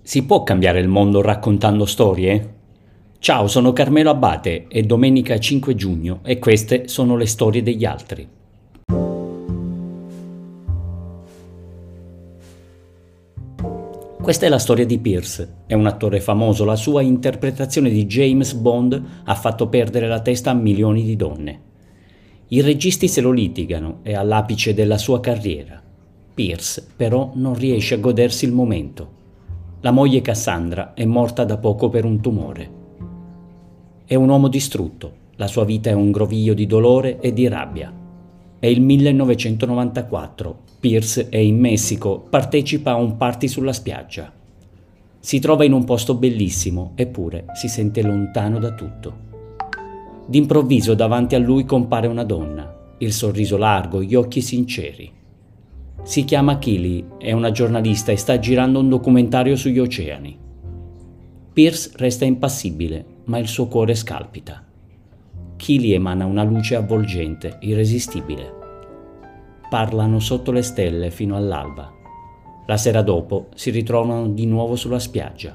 Si può cambiare il mondo raccontando storie? Ciao, sono Carmelo Abate, è domenica 5 giugno e queste sono le storie degli altri. Questa è la storia di Pierce, è un attore famoso, la sua interpretazione di James Bond ha fatto perdere la testa a milioni di donne. I registi se lo litigano, è all'apice della sua carriera. Pierce però non riesce a godersi il momento. La moglie Cassandra è morta da poco per un tumore. È un uomo distrutto, la sua vita è un groviglio di dolore e di rabbia. È il 1994, Pierce è in Messico, partecipa a un party sulla spiaggia. Si trova in un posto bellissimo, eppure si sente lontano da tutto. D'improvviso davanti a lui compare una donna, il sorriso largo, gli occhi sinceri. Si chiama Keely, è una giornalista e sta girando un documentario sugli oceani. Pierce resta impassibile, ma il suo cuore scalpita. Keely emana una luce avvolgente, irresistibile. Parlano sotto le stelle fino all'alba. La sera dopo si ritrovano di nuovo sulla spiaggia.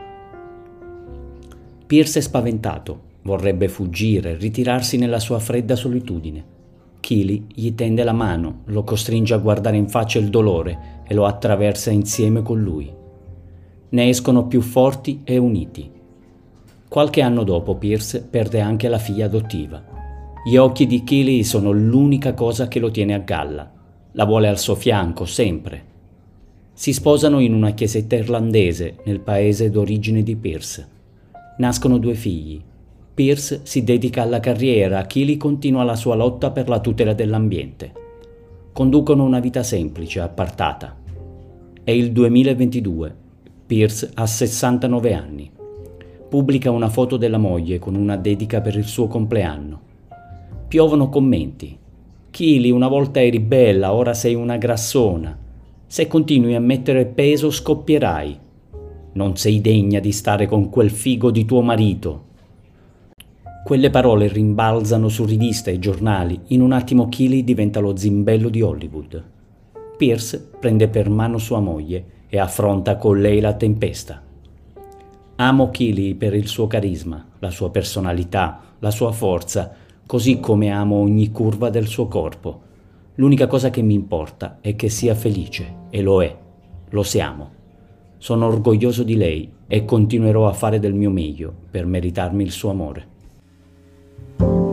Pierce è spaventato, vorrebbe fuggire, ritirarsi nella sua fredda solitudine. Keely gli tende la mano, lo costringe a guardare in faccia il dolore e lo attraversa insieme con lui. Ne escono più forti e uniti. Qualche anno dopo Pierce perde anche la figlia adottiva. Gli occhi di Keely sono l'unica cosa che lo tiene a galla. La vuole al suo fianco, sempre. Si sposano in una chiesetta irlandese, nel paese d'origine di Pierce. Nascono due figli. Pierce si dedica alla carriera, Keely continua la sua lotta per la tutela dell'ambiente. Conducono una vita semplice, appartata. È il 2022. Pierce ha 69 anni. Pubblica una foto della moglie con una dedica per il suo compleanno. Piovono commenti. Keely, una volta eri bella, ora sei una grassona. Se continui a mettere peso scoppierai. Non sei degna di stare con quel figo di tuo marito. Quelle parole rimbalzano su riviste e giornali, in un attimo Keely diventa lo zimbello di Hollywood. Pierce prende per mano sua moglie e affronta con lei la tempesta. Amo Keely per il suo carisma, la sua personalità, la sua forza, così come amo ogni curva del suo corpo. L'unica cosa che mi importa è che sia felice, e lo è, lo siamo. Sono orgoglioso di lei e continuerò a fare del mio meglio per meritarmi il suo amore.